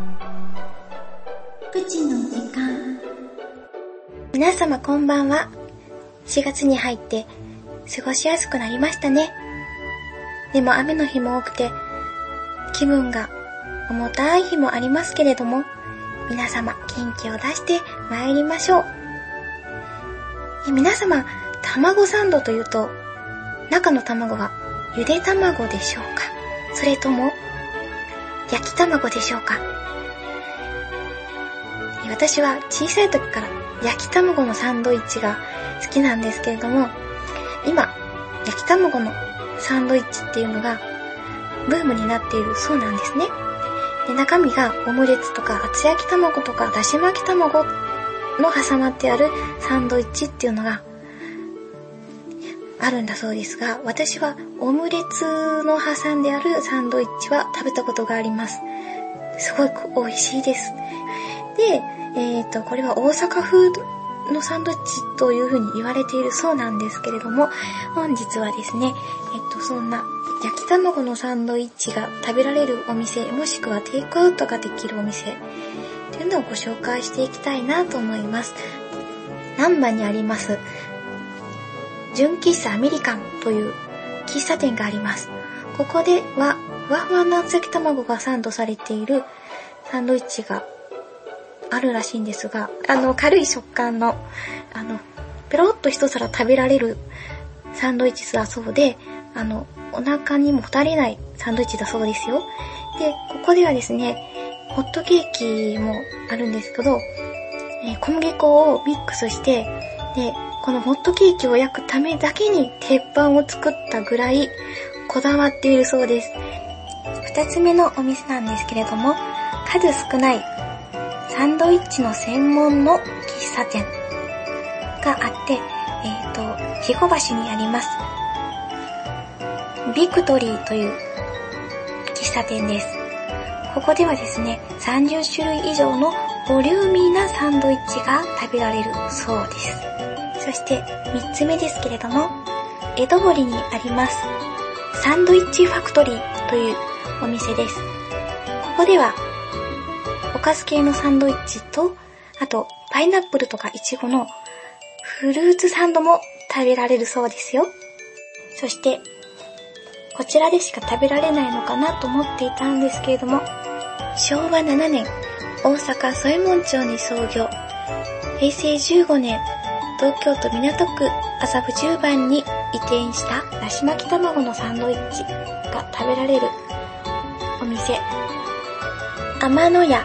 プチの時間。皆様こんばんは。4月に入って過ごしやすくなりましたね。でも雨の日も多くて気分が重たい日もありますけれども、皆様元気を出して参りましょう。皆様、卵サンドというと中の卵はゆで卵でしょうか、それとも焼き卵でしょうか。私は小さい時から焼き卵のサンドイッチが好きなんですけれども、今焼き卵のサンドイッチっていうのがブームになっているそうなんですね。で、中身がオムレツとか厚焼き卵とかだし巻き卵の挟まってあるサンドイッチっていうのがあるんだそうですが、私はオムレツの挟んであるサンドイッチは食べたことがあります。すごく美味しいです。で、これは大阪風のサンドイッチというふうに言われているそうなんですけれども、本日はですね、そんな焼き卵のサンドイッチが食べられるお店、もしくはテイクアウトができるお店というのをご紹介していきたいなと思います。難波にあります純喫茶アメリカンという喫茶店があります。ここではふわふわな厚焼き卵がサンドされているサンドイッチがあるらしいんですが、軽い食感のペロッと一皿食べられるサンドイッチだそうで、お腹にもたれないサンドイッチだそうですよ。で、ここではですね、ホットケーキもあるんですけど、小麦粉をミックスして、で、このホットケーキを焼くためだけに鉄板を作ったぐらいこだわっているそうです。二つ目のお店なんですけれども、数少ないサンドイッチの専門の喫茶店があって、肥後橋にありますビクトリーという喫茶店です。ここではですね、30種類以上のボリューミーなサンドイッチが食べられるそうです。そして3つ目ですけれども、江戸堀にありますサンドイッチファクトリーというお店です。ここではおかず系のサンドイッチと、あとパイナップルとかイチゴのフルーツサンドも食べられるそうですよ。そしてこちらでしか食べられないのかなと思っていたんですけれども、昭和7年大阪添門町に創業、平成15年東京都港区麻布10番に移転しただし巻き卵のサンドイッチが食べられるお店、天野屋。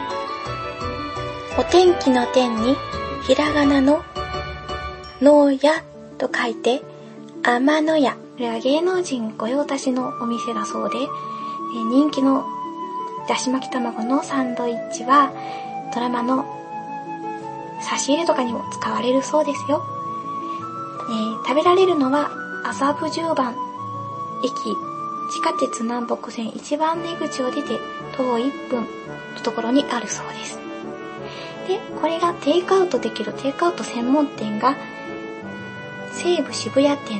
お天気の天にひらがなののやと書いて天野屋。これは芸能人御用達のお店だそうで、人気のだし巻き卵のサンドイッチはドラマの差し入れとかにも使われるそうですよ。食べられるのは麻布十番駅地下鉄南北線1番出口を出て徒歩1分のところにあるそうです。で、これがテイクアウトできるテイクアウト専門店が西武渋谷店、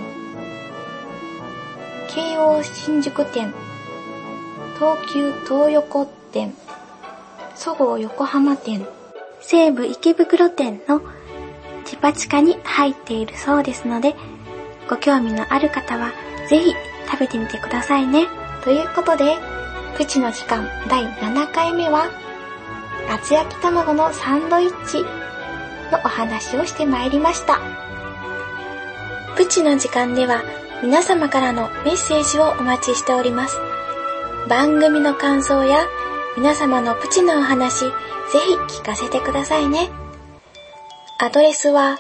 京王新宿店、東急東横店、そごう横浜店、西武池袋店のデパ地下に入っているそうですので、ご興味のある方はぜひ食べてみてくださいね。ということで、プチの時間第7回目は厚焼き卵のサンドイッチのお話をしてまいりました。プチの時間では皆様からのメッセージをお待ちしております。番組の感想や皆様のプチのお話、ぜひ聞かせてくださいね。アドレスは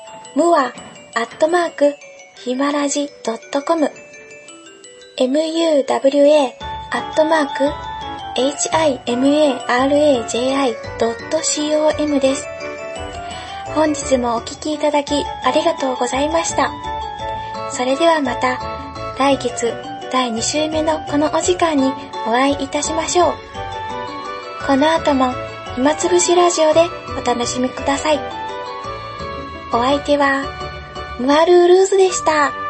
muwa@himaraji.com muwa@himaraji.com です。本日もお聞きいただきありがとうございました。それではまた来月第2週目のこのお時間にお会いいたしましょう。この後も暇つぶしラジオでお楽しみください。お相手はムアルールーズでした。